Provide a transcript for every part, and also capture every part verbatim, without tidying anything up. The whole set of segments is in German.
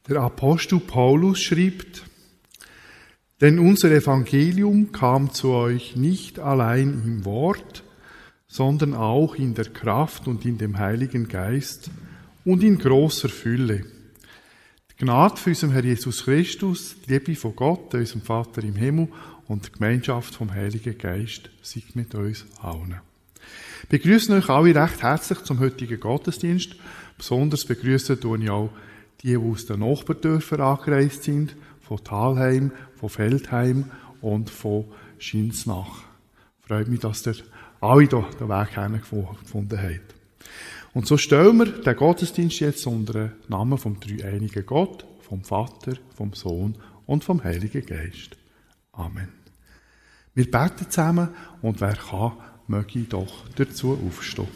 Der Apostel Paulus schreibt: Denn unser Evangelium kam zu euch nicht allein im Wort, sondern auch in der Kraft und in dem Heiligen Geist und in großer Fülle. Die Gnade von unserem Herrn Jesus Christus, die Liebe von Gott, unserem Vater im Himmel und die Gemeinschaft vom Heiligen Geist sei mit uns allen. Ich begrüße euch alle recht herzlich zum heutigen Gottesdienst. Besonders begrüßen tue ich auch die, die aus den Nachbardörfern angereist sind, von Thalheim, von Feldheim und von Schinsnach. Freut mich, dass ihr alle hier den Weg gefunden habt. Und so stellen wir den Gottesdienst jetzt unter den Namen vom dreieinigen Gott, vom Vater, vom Sohn und vom Heiligen Geist. Amen. Wir beten zusammen und wer kann, möge doch dazu aufstehen.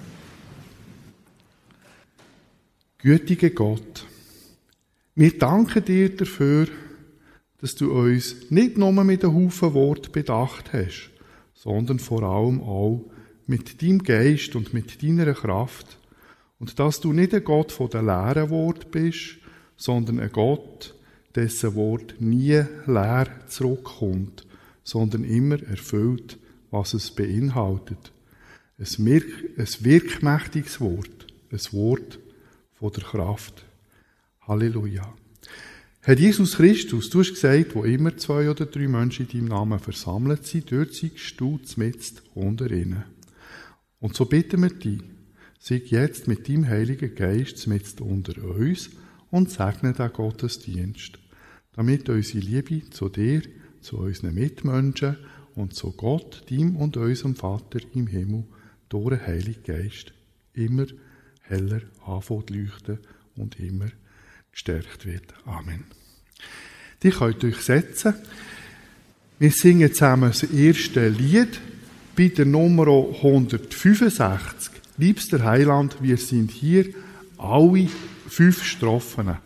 Gütiger Gott, wir danken dir dafür, dass du uns nicht nur mit einem Haufen Wort bedacht hast, sondern vor allem auch mit deinem Geist und mit deiner Kraft. Und dass du nicht ein Gott von den leeren Worten bist, sondern ein Gott, dessen Wort nie leer zurückkommt, sondern immer erfüllt, was es beinhaltet. Ein, wirk ein wirkmächtiges Wort, ein Wort von der Kraft. Halleluja. Herr Jesus Christus, du hast gesagt, wo immer zwei oder drei Menschen in deinem Namen versammelt sind, dort seist du mitten unter ihnen. Und so bitten wir dich, sei jetzt mit deinem Heiligen Geist mitten unter uns und segne den Gottesdienst, damit unsere Liebe zu dir, zu unseren Mitmenschen und zu Gott, deinem und unserem Vater im Himmel, durch den Heiligen Geist immer heller anfängt zu leuchten und immer gestärkt wird. Amen. Die könnt ihr euch setzen. Wir singen zusammen das erste Lied bei der Nummer hundertfünfundsechzig. Liebster Heiland, wir sind hier, alle fünf Strophen.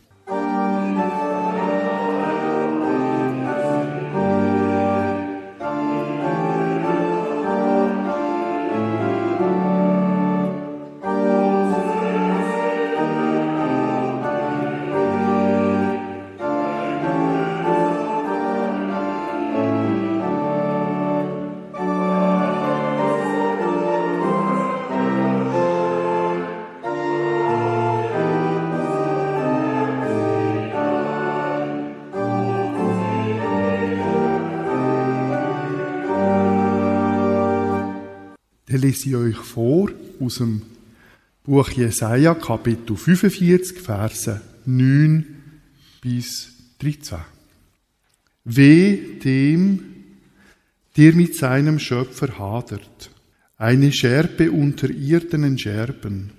Dann lese ich euch vor aus dem Buch Jesaja, Kapitel fünfundvierzig, Verse neun bis dreizehn. Weh dem, der mit seinem Schöpfer hadert, eine Scherbe unter irdenen Scherben.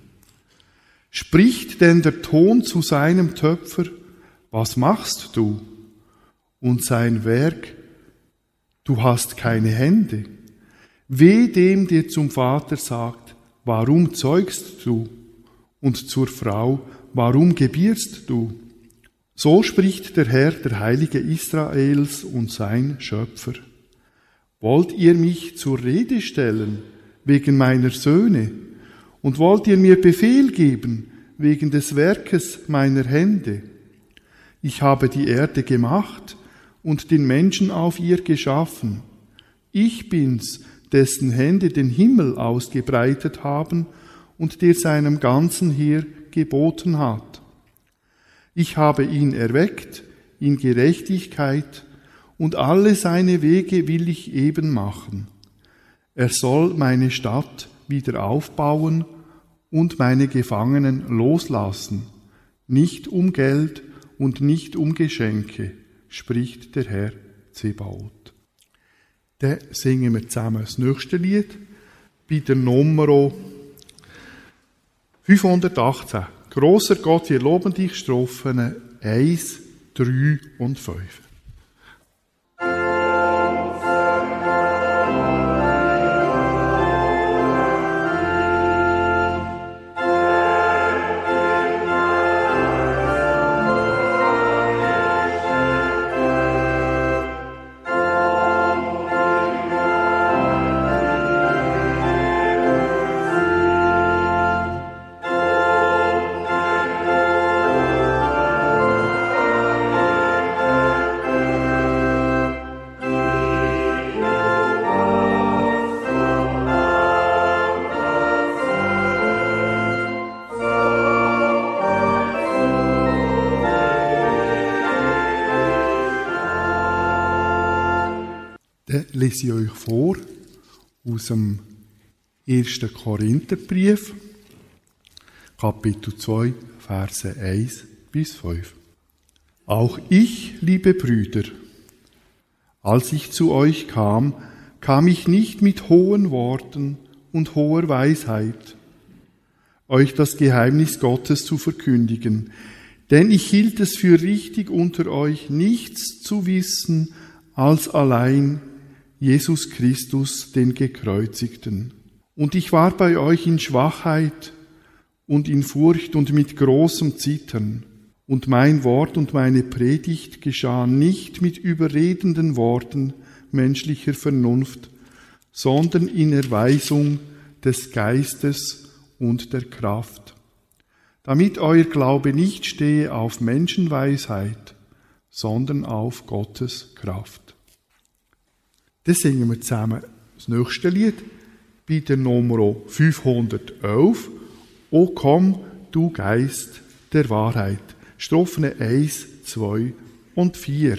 Spricht denn der Ton zu seinem Töpfer, was machst du? Und sein Werk, du hast keine Hände. Weh dem, der zum Vater sagt, warum zeugst du? Und zur Frau, warum gebierst du? So spricht der Herr, der Heilige Israels und sein Schöpfer. Wollt ihr mich zur Rede stellen wegen meiner Söhne? Und wollt ihr mir Befehl geben wegen des Werkes meiner Hände? Ich habe die Erde gemacht und den Menschen auf ihr geschaffen. Ich bin's, dessen Hände den Himmel ausgebreitet haben und der seinem ganzen Heer geboten hat. Ich habe ihn erweckt in Gerechtigkeit und alle seine Wege will ich eben machen. Er soll meine Stadt wieder aufbauen und meine Gefangenen loslassen, nicht um Geld und nicht um Geschenke, spricht der Herr Zebaoth. Dann singen wir zusammen das nächste Lied bei der Nummer fünfhundertachtzehn. Grosser Gott, wir loben dich, Strophen eins, drei und fünf. lese ich euch vor aus dem ersten Korintherbrief, Kapitel zwei, Verse eins bis fünf. Auch ich, liebe Brüder, als ich zu euch kam, kam ich nicht mit hohen Worten und hoher Weisheit, euch das Geheimnis Gottes zu verkündigen, denn ich hielt es für richtig, unter euch nichts zu wissen, als allein Jesus Christus, den Gekreuzigten. Und ich war bei euch in Schwachheit und in Furcht und mit großem Zittern. Und mein Wort und meine Predigt geschahen nicht mit überredenden Worten menschlicher Vernunft, sondern in Erweisung des Geistes und der Kraft, damit euer Glaube nicht stehe auf Menschenweisheit, sondern auf Gottes Kraft. Das singen wir zusammen das nächste Lied, bei der Nummer fünfhundertelf. O komm, du Geist der Wahrheit. Strophen eins, zwei und vier.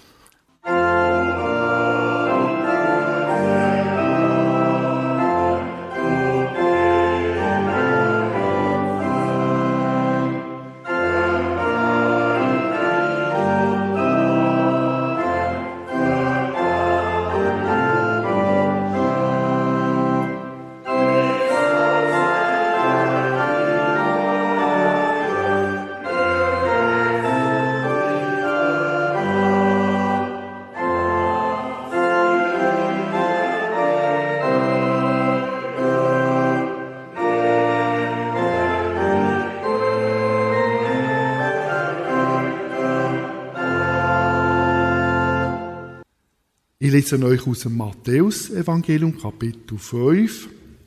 Ich lese euch aus dem Matthäus-Evangelium, Kapitel fünf,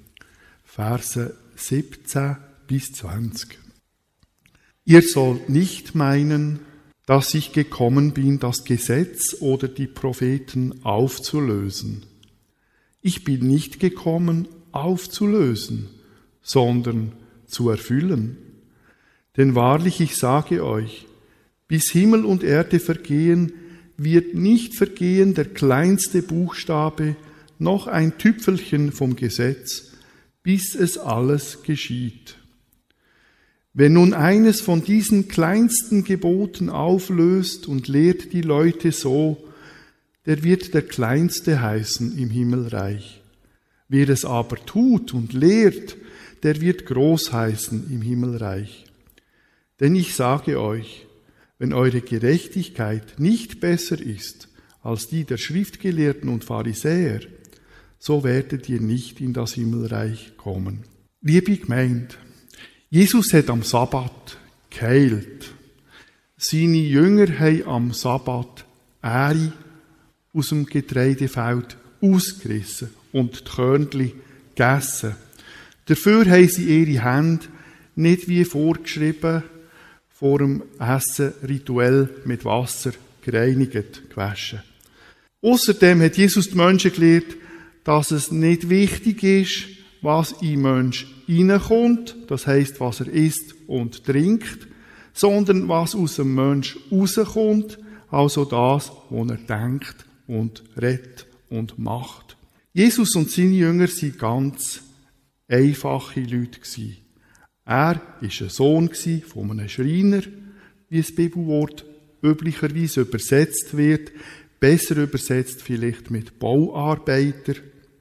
Verse siebzehn bis zwanzig. Ihr sollt nicht meinen, dass ich gekommen bin, das Gesetz oder die Propheten aufzulösen. Ich bin nicht gekommen, aufzulösen, sondern zu erfüllen. Denn wahrlich, ich sage euch, bis Himmel und Erde vergehen, wird nicht vergehen der kleinste Buchstabe, noch ein Tüpfelchen vom Gesetz, bis es alles geschieht. Wenn nun eines von diesen kleinsten Geboten auflöst und lehrt die Leute so, der wird der Kleinste heißen im Himmelreich. Wer es aber tut und lehrt, der wird groß heißen im Himmelreich. Denn ich sage euch, wenn eure Gerechtigkeit nicht besser ist als die der Schriftgelehrten und Pharisäer, so werdet ihr nicht in das Himmelreich kommen. Liebe Gemeinde, Jesus hat am Sabbat geheilt. Seine Jünger haben am Sabbat Ähre aus dem Getreidefeld ausgerissen und die Körnchen gegessen. Dafür haben sie ihre Hände nicht wie vorgeschrieben vor dem Essen rituell mit Wasser gereinigt, gewaschen. Außerdem hat Jesus die Menschen gelehrt, dass es nicht wichtig ist, was in den Menschen hineinkommt, das heisst, was er isst und trinkt, sondern was aus dem Menschen rauskommt, also das, was er denkt und redet und macht. Jesus und seine Jünger waren ganz einfache Leute. Er war ein Sohn von einem Schreiner, wie das Bibelwort üblicherweise übersetzt wird, besser übersetzt vielleicht mit Bauarbeiter.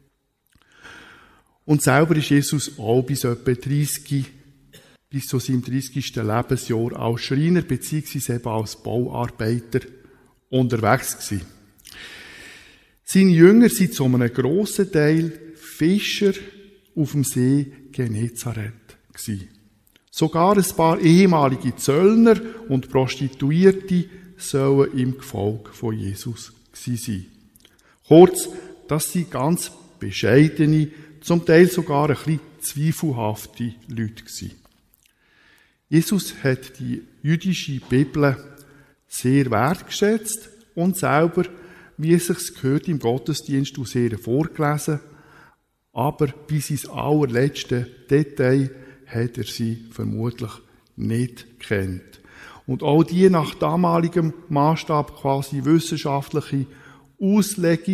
Und selber ist Jesus auch bis etwa dreißig, bis zu seinem dreißigsten Lebensjahr als Schreiner bzw. eben als Bauarbeiter unterwegs gewesen. Seine Jünger sind zu einem grossen Teil Fischer auf dem See Genezareth gewesen. Sogar ein paar ehemalige Zöllner und Prostituierte sollen im Gefolge von Jesus gewesen sein. Kurz, das sind ganz bescheidene, zum Teil sogar ein bisschen zweifelhafte Leute gewesen. Jesus hat die jüdische Bibel sehr wertgeschätzt und selber, wie es sich gehört, im Gottesdienst aus ihr vorgelesen, aber bis ins allerletzte Detail hat er sie vermutlich nicht gekannt. Und auch die nach damaligem Maßstab quasi wissenschaftliche Auslegung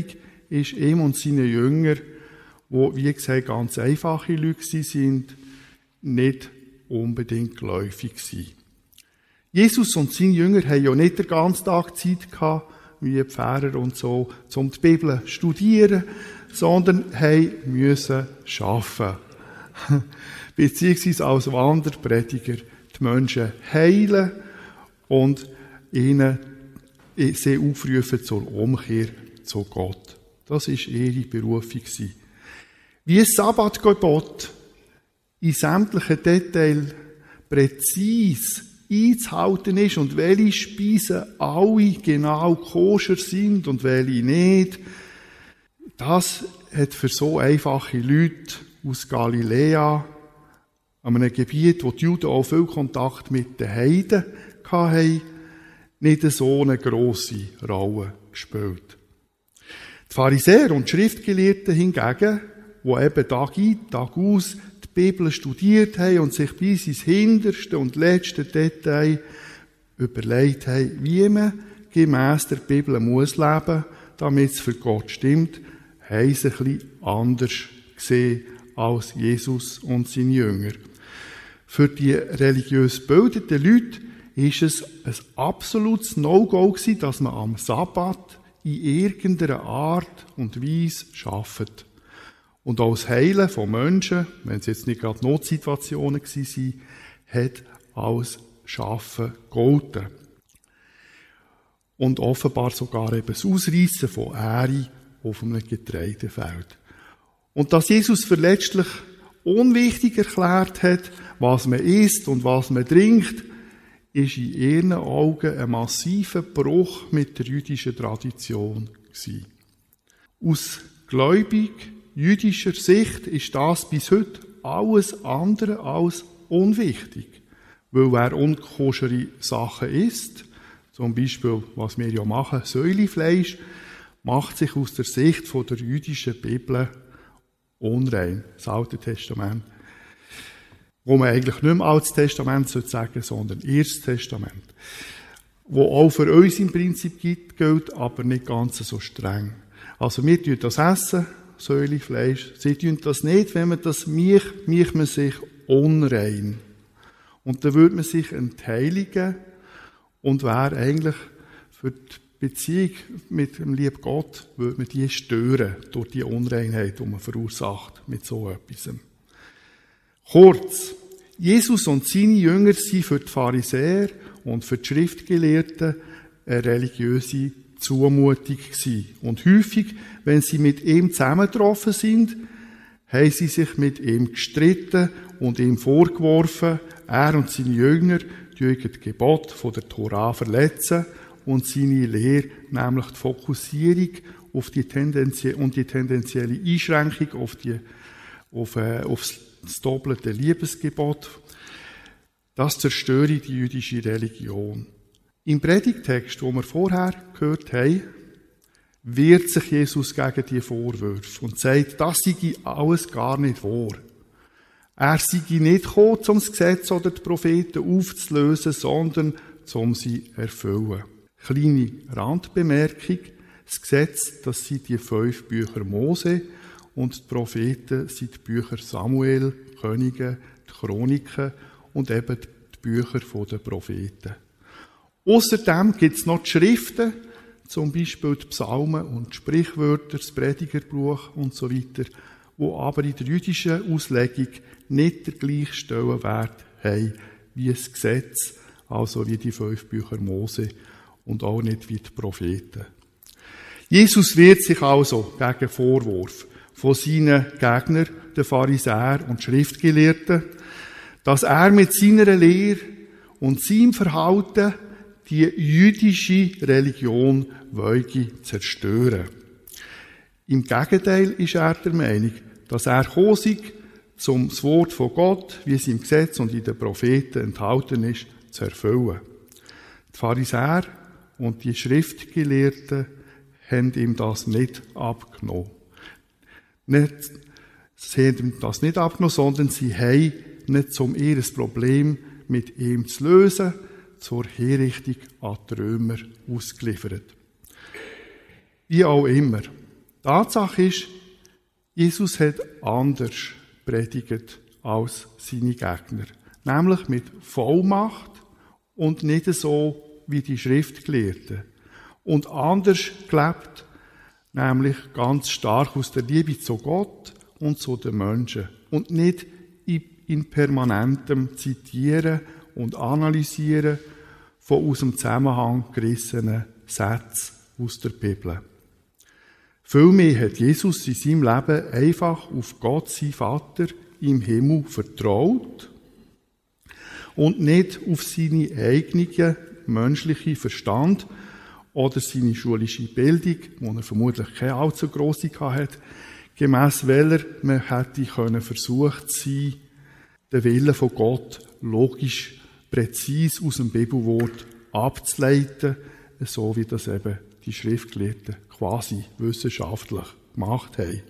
ist ihm und seinen Jüngern, die, wie gesagt, ganz einfache Leute sind, nicht unbedingt geläufig gewesen. Jesus und seine Jünger haben ja nicht den ganzen Tag Zeit gehabt, wie die Pfarrer und so, um die Bibel zu studieren, sondern haben müssen arbeiten. Beziehungsweise als Wanderprediger die Menschen heilen und ihnen sie aufrufen zur Umkehr zu Gott. Das war ihre Berufung. Wie ein Sabbatgebot in sämtlichen Details präzise einzuhalten ist und welche Speisen alle genau koscher sind und welche nicht, das hat für so einfache Leute aus Galiläa, an einem Gebiet, wo die Juden auch viel Kontakt mit den Heiden hatten, nicht so eine grosse Rolle gespielt. Die Pharisäer und die Schriftgelehrten hingegen, die eben Tag ein, Tag aus die Bibel studiert haben und sich bis ins hinterste und letzte Detail überlegt haben, wie man gemäss der Bibel muss leben, damit es für Gott stimmt, haben sie ein bisschen anders gesehen als Jesus und seine Jünger. Für die religiös gebildeten Leute ist es ein absolutes No-Go gewesen, dass man am Sabbat in irgendeiner Art und Weise arbeitet. Und auch das Heilen von Menschen, wenn es jetzt nicht gerade Notsituationen waren, hat als Schaffen gegolten. Und offenbar sogar eben das Ausreissen von Ähre auf einem Getreidefeld. Und dass Jesus für letztlich unwichtig erklärt hat, was man isst und was man trinkt, ist in ihren Augen ein massiver Bruch mit der jüdischen Tradition gewesen. Aus gläubig jüdischer Sicht ist das bis heute alles andere als unwichtig, weil wer unkoschere Sachen isst, zum Beispiel, was wir ja machen, Säulefleisch, macht sich aus der Sicht von der jüdischen Bibel unrein, das Alte Testament. Wo man eigentlich nicht mehr Altes Testament sagen sollte, sondern Erstes Testament. Wo auch für uns im Prinzip gibt, gilt, aber nicht ganz so streng. Also wir tun das essen, Säulefleisch. Sie tun das nicht, wenn man das mich, mich man sich unrein. Und dann würde man sich entheiligen und wäre eigentlich für die Beziehung mit dem lieben Gott, würde man die stören durch die Unreinheit, die man verursacht mit so etwas. Kurz, Jesus und seine Jünger sind für die Pharisäer und für die Schriftgelehrten eine religiöse Zumutung gewesen. Und häufig, wenn sie mit ihm zusammengetroffen sind, haben sie sich mit ihm gestritten und ihm vorgeworfen, er und seine Jünger die Gebote von der Tora verletzen und seine Lehre, nämlich die Fokussierung auf die tendenzie- und die tendenzielle Einschränkung auf die, auf, äh, aufs das doppelte Liebesgebot, das zerstöre die jüdische Religion. Im Predigtext, den wir vorher gehört haben, wehrt sich Jesus gegen die Vorwürfe und sagt, das sei alles gar nicht wahr. Er sei nicht gekommen, um das Gesetz oder die Propheten aufzulösen, sondern um sie zu erfüllen. Kleine Randbemerkung, das Gesetz, das sind die fünf Bücher Mose, und die Propheten sind die Bücher Samuel, Könige, die Chroniken und eben die Bücher der Propheten. Außerdem gibt es noch die Schriften, zum Beispiel die Psalmen und die Sprichwörter, das Predigerbuch und so weiter, die aber in der jüdischen Auslegung nicht den gleichen Stellenwert haben wie das Gesetz, also wie die fünf Bücher Mose und auch nicht wie die Propheten. Jesus wehrt sich also gegen Vorwurf von seinen Gegnern, den Pharisäern und Schriftgelehrten, dass er mit seiner Lehre und seinem Verhalten die jüdische Religion wollte zerstören. Im Gegenteil ist er der Meinung, dass er gekommen sei, um das Wort von Gott, wie es im Gesetz und in den Propheten enthalten ist, zu erfüllen. Die Pharisäer und die Schriftgelehrten haben ihm das nicht abgenommen. Nicht, sie haben ihm das nicht abgenommen, sondern sie haben nicht, um ihr Problem mit ihm zu lösen, zur Hinrichtung an die Römer ausgeliefert. Wie auch immer. Tatsache ist, Jesus hat anders predigt als seine Gegner. Nämlich mit Vollmacht und nicht so wie die Schriftgelehrten. Und anders gelebt, nämlich ganz stark aus der Liebe zu Gott und zu den Menschen. Und nicht in permanentem Zitieren und Analysieren von aus dem Zusammenhang gerissenen Sätzen aus der Bibel. Vielmehr hat Jesus in seinem Leben einfach auf Gott, sein Vater, im Himmel vertraut und nicht auf seine eigene menschliche Verstand oder seine schulische Bildung, wo er vermutlich keine allzu grosse hatte, gemäss welcher man hätte können versucht sein, den Willen von Gott logisch, präzise aus dem Bibelwort abzuleiten, so wie das eben die Schriftgelehrten quasi wissenschaftlich gemacht haben.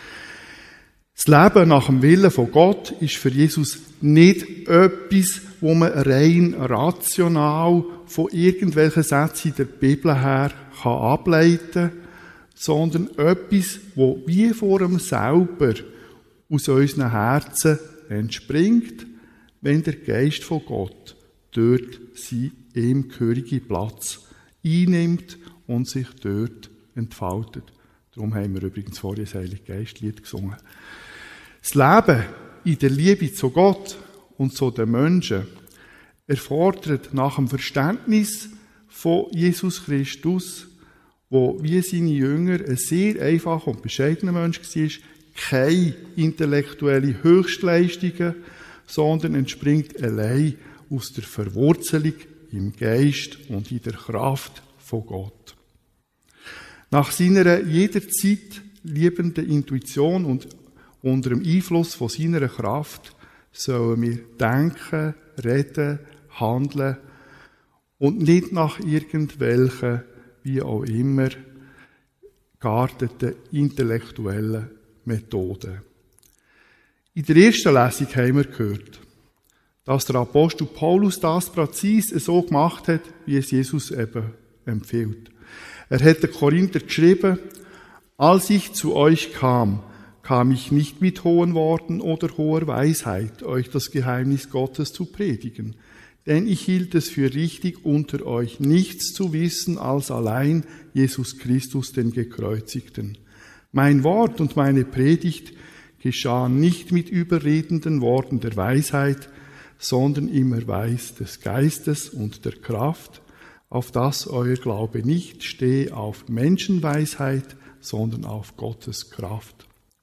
Das Leben nach dem Willen von Gott ist für Jesus nicht etwas, wo man rein rational von irgendwelchen Sätzen in der Bibel her kann ableiten kann, sondern etwas, wo wie vor ihm selber aus unseren Herzen entspringt, wenn der Geist von Gott dort seinen ihm gehörigen Platz einnimmt und sich dort entfaltet. Darum haben wir übrigens vorhin das Heilige Geistlied gesungen. Das Leben in der Liebe zu Gott und zu den Menschen erfordert nach dem Verständnis von Jesus Christus, wo wie seine Jünger ein sehr einfacher und bescheidener Mensch war, keine intellektuelle Höchstleistungen, sondern entspringt allein aus der Verwurzelung im Geist und in der Kraft von Gott. Nach seiner jederzeit liebenden Intuition und unter dem Einfluss von seiner Kraft sollen wir denken, reden, handeln und nicht nach irgendwelchen, wie auch immer, gearteten intellektuellen Methoden. In der ersten Lesung haben wir gehört, dass der Apostel Paulus das präzise so gemacht hat, wie es Jesus eben empfiehlt. Er hat den Korinther geschrieben, als ich zu euch kam, kam ich nicht mit hohen Worten oder hoher Weisheit, euch das Geheimnis Gottes zu predigen. Denn ich hielt es für richtig, unter euch nichts zu wissen, als allein Jesus Christus, den Gekreuzigten. Mein Wort und meine Predigt geschahen nicht mit überredenden Worten der Weisheit, sondern im Erweis des Geistes und der Kraft, auf dass euer Glaube nicht stehe auf Menschenweisheit, sondern auf Gottes Kraft.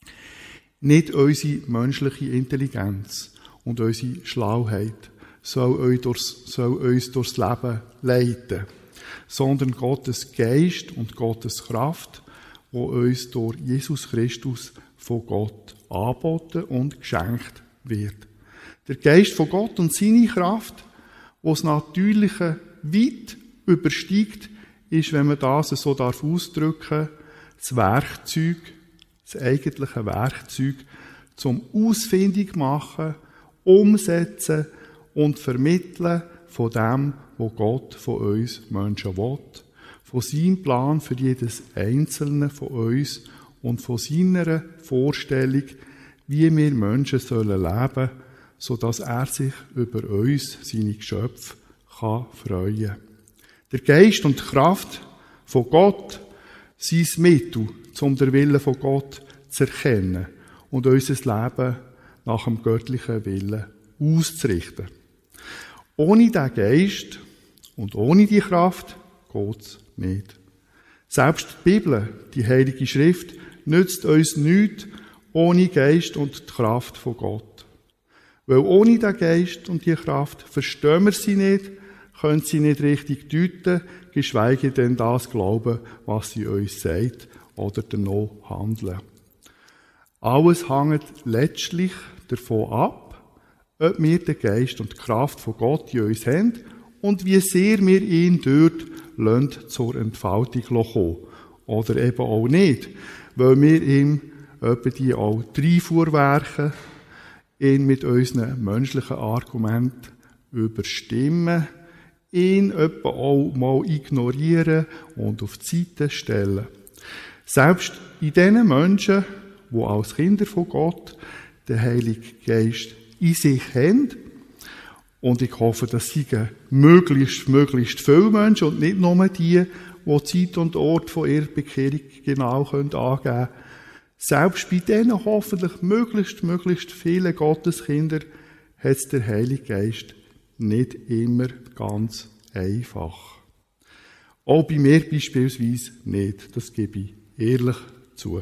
Nicht unsere menschliche Intelligenz und unsere Schlauheit soll uns durchs, soll uns durchs Leben leiten, sondern Gottes Geist und Gottes Kraft, wo uns durch Jesus Christus von Gott angeboten und geschenkt wird. Der Geist von Gott und seine Kraft, wo das Natürliche weit übersteigt, ist, wenn man das so darf ausdrücken, das Werkzeug, das eigentliche Werkzeug zum ausfindig machen, umsetzen und vermitteln von dem, was Gott von uns Menschen will, von seinem Plan für jedes Einzelne von uns und von seiner Vorstellung, wie wir Menschen sollen leben, sodass er sich über uns, seine Geschöpfe, kann freuen. Der Geist und die Kraft von Gott sind das Mittel, um den Willen von Gott zu erkennen und unser Leben nach dem göttlichen Willen auszurichten. Ohne diesen Geist und ohne die Kraft geht es nicht. Selbst die Bibel, die Heilige Schrift, nützt uns nichts ohne Geist und die Kraft von Gott. Weil ohne den Geist und die Kraft verstehen wir sie nicht, können sie nicht richtig deuten, geschweige denn das glauben, was sie uns sagt oder danach handeln. Alles hängt letztlich davon ab, ob wir den Geist und die Kraft von Gott in uns haben und wie sehr wir ihn dort lassen, zur Entfaltung kommen. Oder eben auch nicht, weil wir ihm etwa die auch reinfuhrwerken, ihn mit unseren menschlichen Argumenten überstimmen, ihn etwa auch mal ignorieren und auf die Seite stellen. Selbst in den Menschen, die als Kinder von Gott den Heiligen Geist in sich haben, und ich hoffe, das seien möglichst, möglichst viele Menschen und nicht nur die, die Zeit und Ort von ihrer Bekehrung genau angeben können. Selbst bei diesen hoffentlich möglichst, möglichst vielen Gotteskinder hat es der Heilige Geist nicht immer ganz einfach. Auch bei mir beispielsweise nicht, das gebe ich ehrlich zu.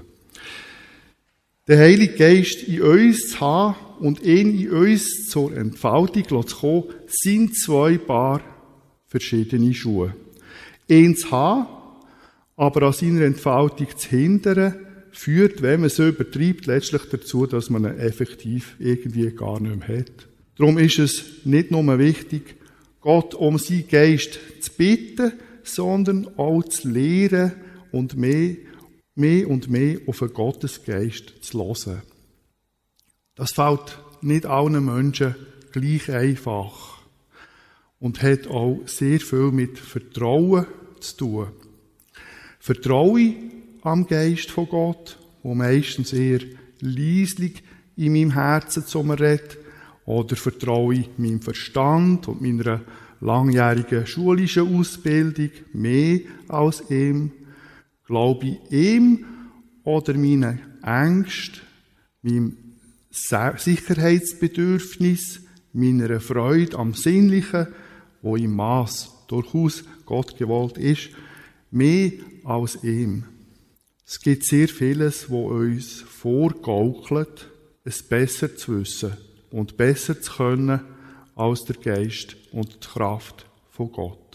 Den Heiligen Geist in uns zu haben und ihn in uns zur Entfaltung zu kommen, sind zwei Paar verschiedene Schuhe. Ihn zu haben, aber an seiner Entfaltung zu hindern, führt, wenn man es übertreibt, letztlich dazu, dass man ihn effektiv irgendwie gar nicht mehr hat. Darum ist es nicht nur wichtig, Gott um seinen Geist zu bitten, sondern auch zu lehren und mehr, mehr und mehr auf den Gottesgeist zu hören. Das fällt nicht allen Menschen gleich einfach und hat auch sehr viel mit Vertrauen zu tun. Vertraue am Geist von Gott, wo meistens eher leislich in meinem Herzen zu mir redet, oder vertraue ich meinem Verstand und meiner langjährigen schulischen Ausbildung mehr als ihm? Glaube ich ihm oder meinen Ängsten, meinem Sicherheitsbedürfnis, meiner Freude am Sinnlichen, wo im Maß durchaus Gott gewollt ist, mehr als ihm? Es gibt sehr vieles, wo uns vorgaukelt, es besser zu wissen und besser zu können als der Geist und die Kraft von Gott.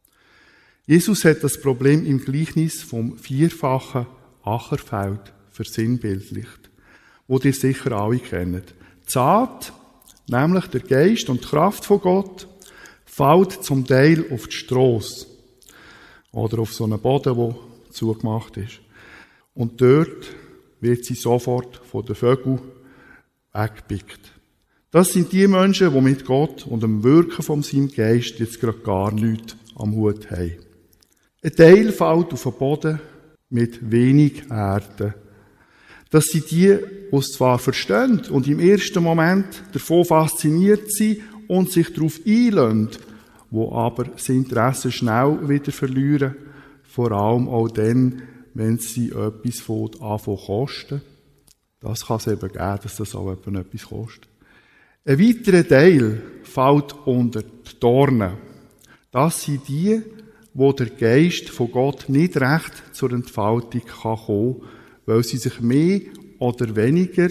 Jesus hat das Problem im Gleichnis vom vierfachen Ackerfeld versinnbildlicht, wo ihr sicher alle kennt. Die Saat, nämlich der Geist und die Kraft von Gott, fällt zum Teil auf die Strasse oder auf so einen Boden, der zugemacht ist. Und dort wird sie sofort von den Vögeln weggepickt. Das sind die Menschen, die mit Gott und dem Wirken von seinem Geist jetzt gerade gar nichts am Hut haben. Ein Teil fällt auf den Boden mit wenig Erde. Das sind die, die es zwar verstehen und im ersten Moment davon fasziniert sind und sich darauf einlassen, die aber das Interesse schnell wieder verlieren, vor allem auch dann, wenn sie etwas von anfangen kosten. Das kann es eben geben, dass das auch etwas kostet. Ein weiterer Teil fällt unter die Dornen. Das sind die, wo der Geist von Gott nicht recht zur Entfaltung kommen kann, weil sie sich mehr oder weniger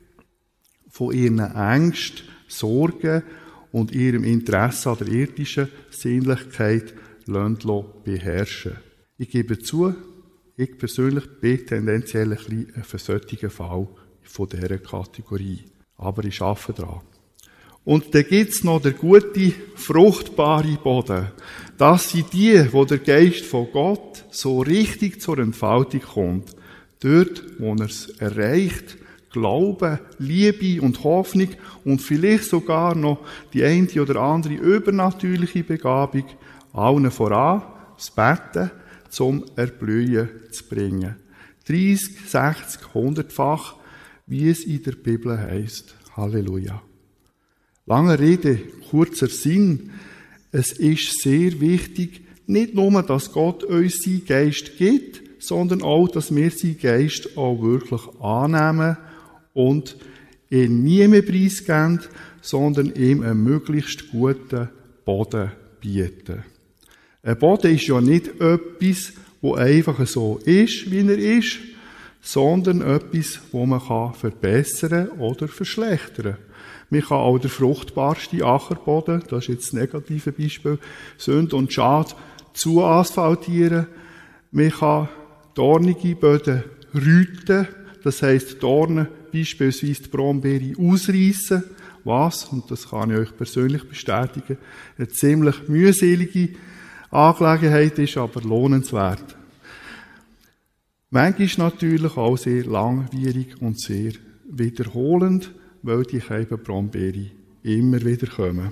von ihren Ängsten, Sorgen und ihrem Interesse an der irdischen Sinnlichkeit beherrschen lassen. Ich gebe zu, ich persönlich bin tendenziell ein bisschen ein solcher Fall von dieser Kategorie. Aber ich arbeite daran. Und dann gibt's noch den guten, fruchtbaren Boden. Das sind die, wo der Geist von Gott so richtig zur Entfaltung kommt. Dort, wo er es erreicht, Glaube, Liebe und Hoffnung und vielleicht sogar noch die eine oder andere übernatürliche Begabung, allen voran, das Beten, zum Erblühen zu bringen. dreißig, sechzig, hundertfach, wie es in der Bibel heisst. Halleluja. Lange Rede, kurzer Sinn. Es ist sehr wichtig, nicht nur, dass Gott uns seinen Geist gibt, sondern auch, dass wir seinen Geist auch wirklich annehmen und ihn nie mehr preisgeben, sondern ihm einen möglichst guten Boden bieten. Ein Boden ist ja nicht etwas, wo einfach so ist, wie er ist, sondern etwas, wo man verbessern oder verschlechtern kann. Man kann auch der fruchtbarste Ackerboden, das ist jetzt das negative Beispiel, Sünde und Schade zu asphaltieren. Man kann dornige Böden rüten, das heisst Dornen, beispielsweise die Brombeere ausreissen, was, und das kann ich euch persönlich bestätigen, eine ziemlich mühselige Angelegenheit ist, aber lohnenswert. Manchmal natürlich auch sehr langwierig und sehr wiederholend, weil die Brombeere immer wieder kommen.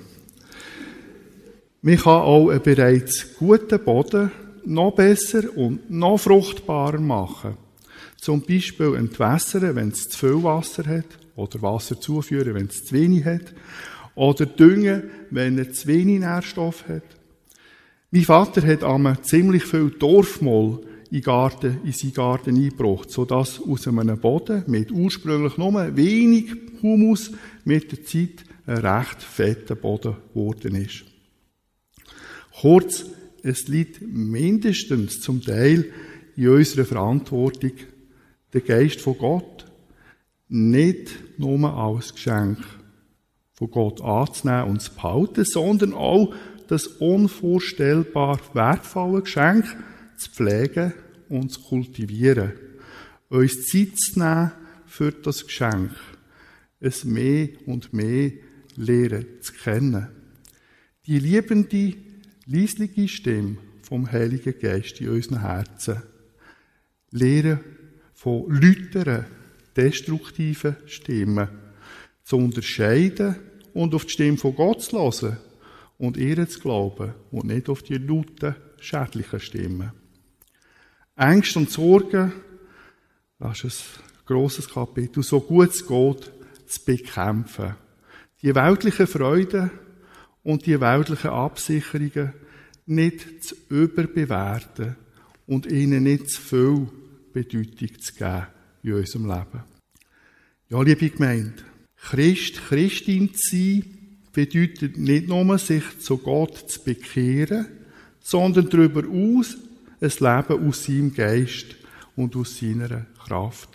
Man kann auch einen bereits guten Boden noch besser und noch fruchtbarer machen. Zum Beispiel entwässern, wenn es zu viel Wasser hat, oder Wasser zuführen, wenn es zu wenig hat, oder düngen, wenn er zu wenig Nährstoff hat. Mein Vater hat einmal ziemlich viel Torfmoll in, Garten, in seinen Garten eingebracht, sodass aus einem Boden mit ursprünglich nur wenig Humus mit der Zeit ein recht fetter Boden geworden ist. Kurz, es liegt mindestens zum Teil in unserer Verantwortung, den Geist von Gott nicht nur als Geschenk von Gott anzunehmen und zu behalten, sondern auch das unvorstellbar wertvolle Geschenk zu pflegen und zu kultivieren. Uns Zeit zu nehmen für das Geschenk. Es mehr und mehr lernen zu kennen. Die liebende, leisliche Stimme vom Heiligen Geist in unseren Herzen. Lernen von lauteren, destruktiven Stimmen zu unterscheiden und auf die Stimme von Gott zu hören und ihr zu glauben und nicht auf die lauten, schädlichen Stimmen. Ängste und Sorgen, das ist ein grosses Kapitel, so gut es geht, zu bekämpfen. Die weltlichen Freuden und die weltlichen Absicherungen nicht zu überbewerten und ihnen nicht zu viel Bedeutung zu geben in unserem Leben. Ja, liebe Gemeinde, Christ, Christin zu sein, bedeutet nicht nur, sich zu Gott zu bekehren, sondern darüber aus ein Leben aus seinem Geist und aus seiner Kraft.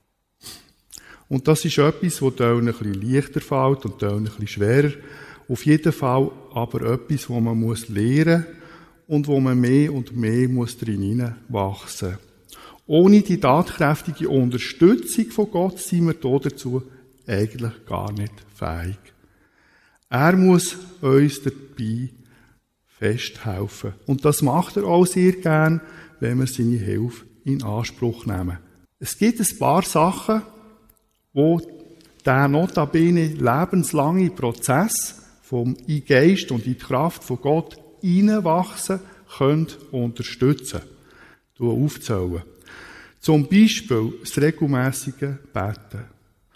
Und das ist etwas, das ein bisschen leichter fällt und ein bisschen schwerer. Auf jeden Fall aber etwas, das man lernen muss und wo man mehr und mehr drin wachsen muss. Ohne die tatkräftige Unterstützung von Gott sind wir dazu eigentlich gar nicht fähig. Er muss uns dabei festhelfen. Und das macht er auch sehr gern, wenn wir seine Hilfe in Anspruch nehmen. Es gibt ein paar Sachen, wo der notabene lebenslange Prozess vom in den Geist und in die Kraft von Gott hineinwachsen könnt unterstützen. Du aufzählen. Zum Beispiel das regelmässige Beten.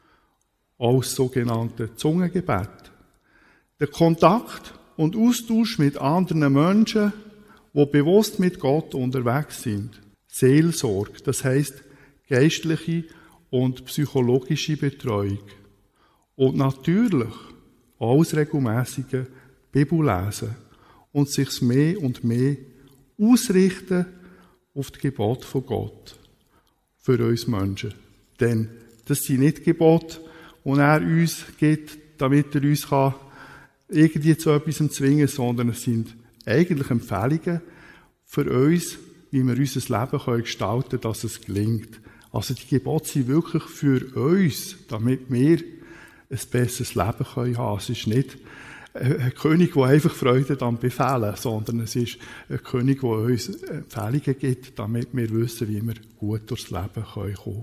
Auch das sogenannte Zungengebet. Der Kontakt und Austausch mit anderen Menschen, die bewusst mit Gott unterwegs sind. Seelsorge, das heisst geistliche und psychologische Betreuung. Und natürlich auch das regelmässige Bibellesen und sich mehr und mehr ausrichten auf die Gebote von Gott für uns Menschen. Denn das sind nicht Gebote, die er uns gibt, damit er uns kann irgendwie zu etwas zwingen, sondern es sind eigentlich Empfehlungen für uns, wie wir unser Leben gestalten können, dass es gelingt. Also die Gebote sind wirklich für uns, damit wir ein besseres Leben haben können. Es ist nicht ein König, der einfach Freude am Befehlen, sondern es ist ein König, der uns Empfehlungen gibt, damit wir wissen, wie wir gut durchs Leben kommen können.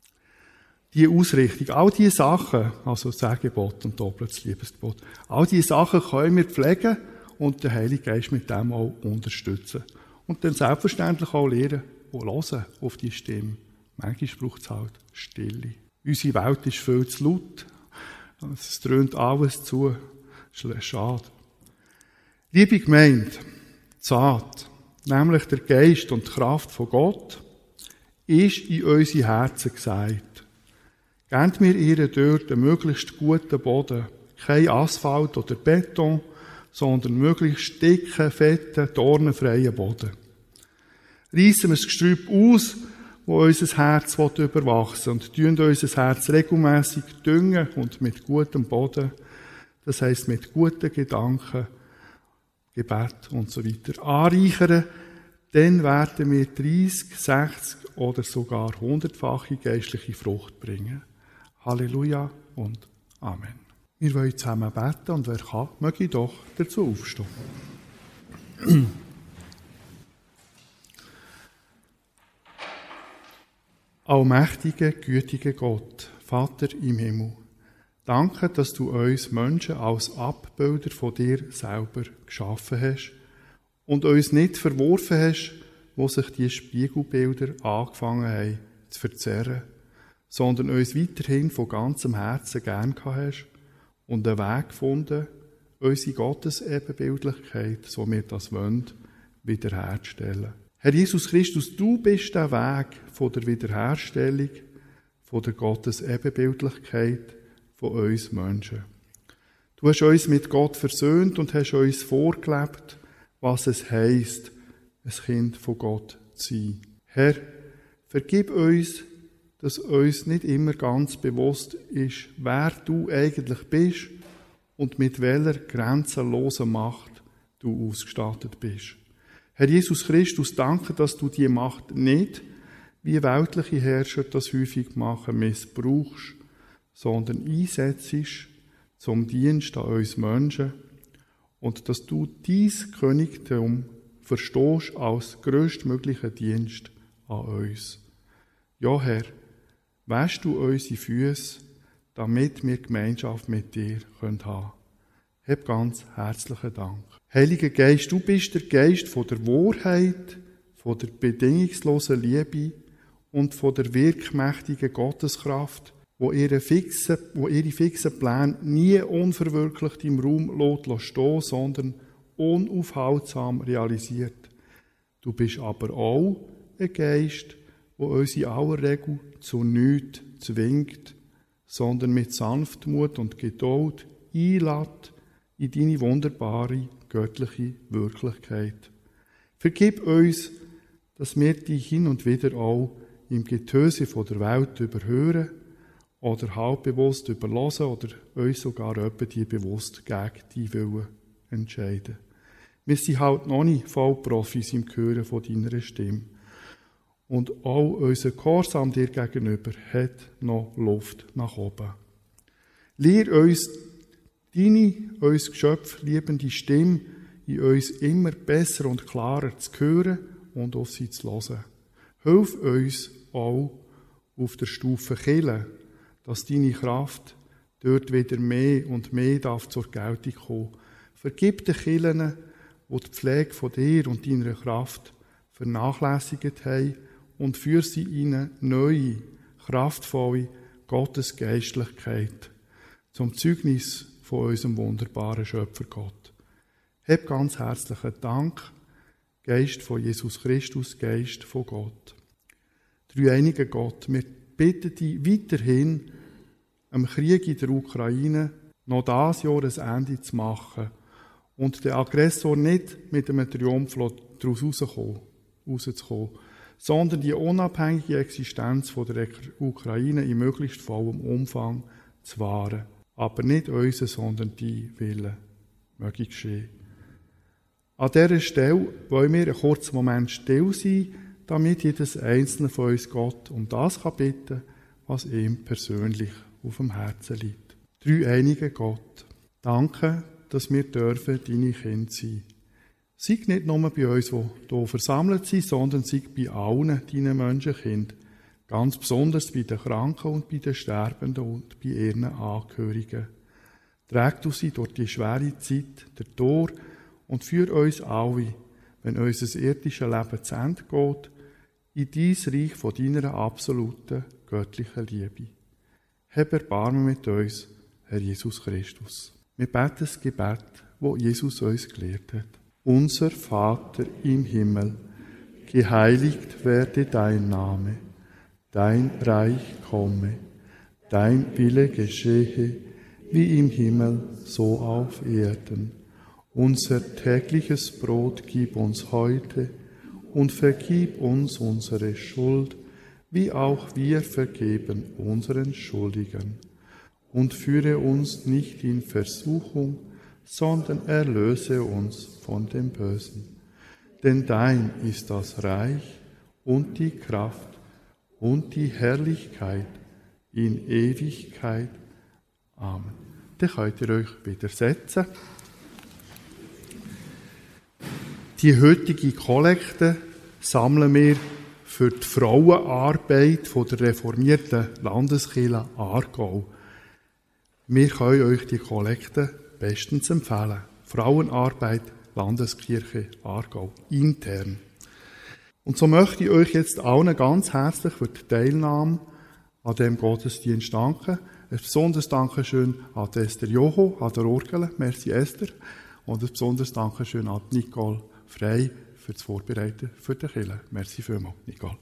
Die Ausrichtung, all diese Sachen, also das Gebot und doppeltes Liebesgebot, all diese Sachen können wir pflegen und der Heilige Geist mit dem auch unterstützen. Und dann selbstverständlich auch lernen und hören auf die Stimme. Manchmal braucht es halt Stille. Unsere Welt ist viel zu laut. Es dröhnt alles zu. Schade. Liebe Gemeinde, Saat, nämlich der Geist und die Kraft von Gott, ist in unsere Herzen gesagt. Gebt mir ihr dort einen möglichst guten Boden, kein Asphalt oder Beton, sondern möglichst dicken, fetten, dornenfreien Boden. Reissen wir das Gestrüpp aus, wo unser Herz überwachsen will, und tun unser Herz regelmässig düngen und mit gutem Boden, das heisst mit guten Gedanken, Gebet und so weiter anreichern, dann werden wir dreißig, sechzig oder sogar hundertfache geistliche Frucht bringen. Halleluja und Amen. Wir wollen zusammen beten und wer kann, möge doch dazu aufstehen. Allmächtiger, gütiger Gott, Vater im Himmel, danke, dass du uns Menschen als Abbilder von dir selber geschaffen hast und uns nicht verworfen hast, wo sich die Spiegelbilder angefangen haben zu verzerren, sondern uns weiterhin von ganzem Herzen gern gehabt hast und einen Weg gefunden, unsere Gottesebenbildlichkeit, so wir das wollen, wiederherzustellen. Herr Jesus Christus, du bist der Weg von der Wiederherstellung, von der Gottesebenbildlichkeit von uns Menschen. Du hast uns mit Gott versöhnt und hast uns vorgelebt, was es heisst, ein Kind von Gott zu sein. Herr, vergib uns, dass uns nicht immer ganz bewusst ist, wer du eigentlich bist und mit welcher grenzenlosen Macht du ausgestattet bist. Herr Jesus Christus, danke, dass du die Macht nicht, wie weltliche Herrscher das häufig machen, missbrauchst, sondern einsetzt zum Dienst an uns Menschen und dass du dies Königtum verstehst als grösstmöglichen Dienst an uns. Ja, Herr, wäschst du unsere Füße, damit wir Gemeinschaft mit dir haben können. Hab ganz herzlichen Dank. Heiliger Geist, du bist der Geist von der Wahrheit, von der bedingungslosen Liebe und von der wirkmächtigen Gotteskraft, wo ihre fixen, wo ihre fixen Pläne nie unverwirklicht im Raum lässt stehen, sondern unaufhaltsam realisiert. Du bist aber auch ein Geist, der uns in aller Regel zu nichts zwingt, sondern mit Sanftmut und Geduld einlädt in deine wunderbare göttliche Wirklichkeit. Vergib uns, dass wir dich hin und wieder auch im Getöse von der Welt überhören oder halbbewusst überlassen oder uns sogar etwa die bewusst gegen die Willen entscheiden. Wir sind halt noch nicht voll Profis im Hören von deiner Stimme. Und auch unser Gehorsam dir gegenüber hat noch Luft nach oben. Lehr uns deine, uns Geschöpf liebende Stimme in uns immer besser und klarer zu hören und auf sie zu hören. Hilf uns auch auf der Stufe Kirche, dass deine Kraft dort wieder mehr und mehr darf zur Geltung kommen. Vergib den Kirchen, die die Pflege von dir und deiner Kraft vernachlässigt haben, und führ sie in eine neue, kraftvolle Gottesgeistlichkeit zum Zeugnis von unserem wunderbaren Schöpfer Gott. Hab ganz herzlichen Dank, Geist von Jesus Christus, Geist von Gott. Dreieiniger Gott, wir bitten dich weiterhin, am Krieg in der Ukraine noch dieses Jahr ein Ende zu machen und den Aggressor nicht mit einem Triumph daraus rauszukommen, sondern die unabhängige Existenz von der Ukraine in möglichst vollem Umfang zu wahren. Aber nicht unser, sondern dein Wille möge geschehen. An dieser Stelle wollen wir einen kurzen Moment still sein, damit jedes Einzelne von uns Gott um das bitten kann, was ihm persönlich auf dem Herzen liegt. Dreieiniger Gott, danke, dass wir dürfen deine Kinder sein. Sei nicht nur bei uns, die hier versammelt sind, sondern sei bei allen deinen Menschenkind, ganz besonders bei den Kranken und bei den Sterbenden und bei ihren Angehörigen. Träg du sie durch die schwere Zeit der Tod und führ uns alle, wenn unser irdisches Leben zu Ende geht, in dein Reich von deiner absoluten göttlichen Liebe. Hab Erbarmen mit uns, Herr Jesus Christus. Wir beten das Gebet, das Jesus uns gelehrt hat. Unser Vater im Himmel, geheiligt werde dein Name, dein Reich komme, dein Wille geschehe, wie im Himmel, so auf Erden. Unser tägliches Brot gib uns heute und vergib uns unsere Schuld, wie auch wir vergeben unseren Schuldigen. Und führe uns nicht in Versuchung, sondern erlöse uns von dem Bösen. Denn dein ist das Reich und die Kraft und die Herrlichkeit in Ewigkeit. Amen. Dann könnt ihr euch wieder setzen. Die heutige Kollekte sammeln wir für die Frauenarbeit von der reformierten Landeskirche Aargau. Wir können euch die Kollekte bestens empfehlen. Frauenarbeit, Landeskirche Aargau, intern. Und so möchte ich euch jetzt allen ganz herzlich für die Teilnahme an dem Gottesdienst danken. Ein besonderes Dankeschön an Esther Joho, an der Orgel, merci Esther. Und ein besonderes Dankeschön an Nicole Frey für das Vorbereiten für die Kirche. Merci vielmals, Nicole.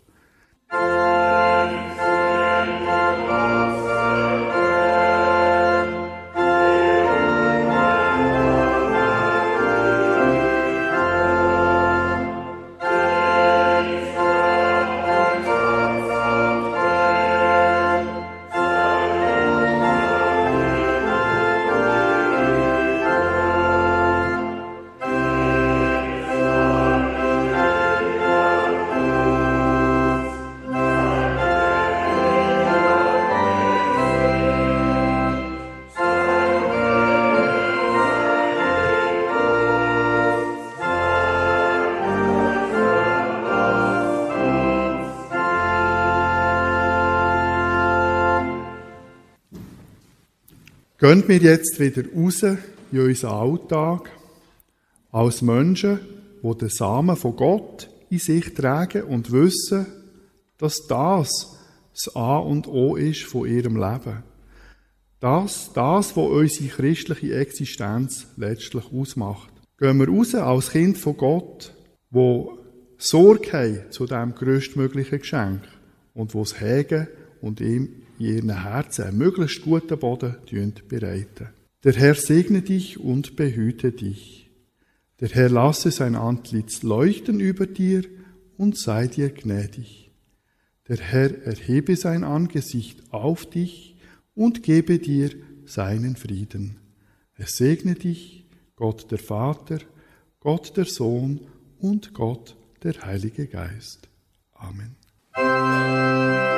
Gehen wir jetzt wieder raus in unseren Alltag als Menschen, die den Samen von Gott in sich tragen und wissen, dass das das A und O ist von ihrem Leben. Das, das, was unsere christliche Existenz letztlich ausmacht. Gehen wir raus als Kind von Gott, wo Sorge haben zu diesem grösstmöglichen Geschenk und wo es hegen und ihm in ihren Herzen einen möglichst guten Boden bereiten. Der Herr segne dich und behüte dich. Der Herr lasse sein Antlitz leuchten über dir und sei dir gnädig. Der Herr erhebe sein Angesicht auf dich und gebe dir seinen Frieden. Er segne dich, Gott der Vater, Gott der Sohn und Gott der Heilige Geist. Amen.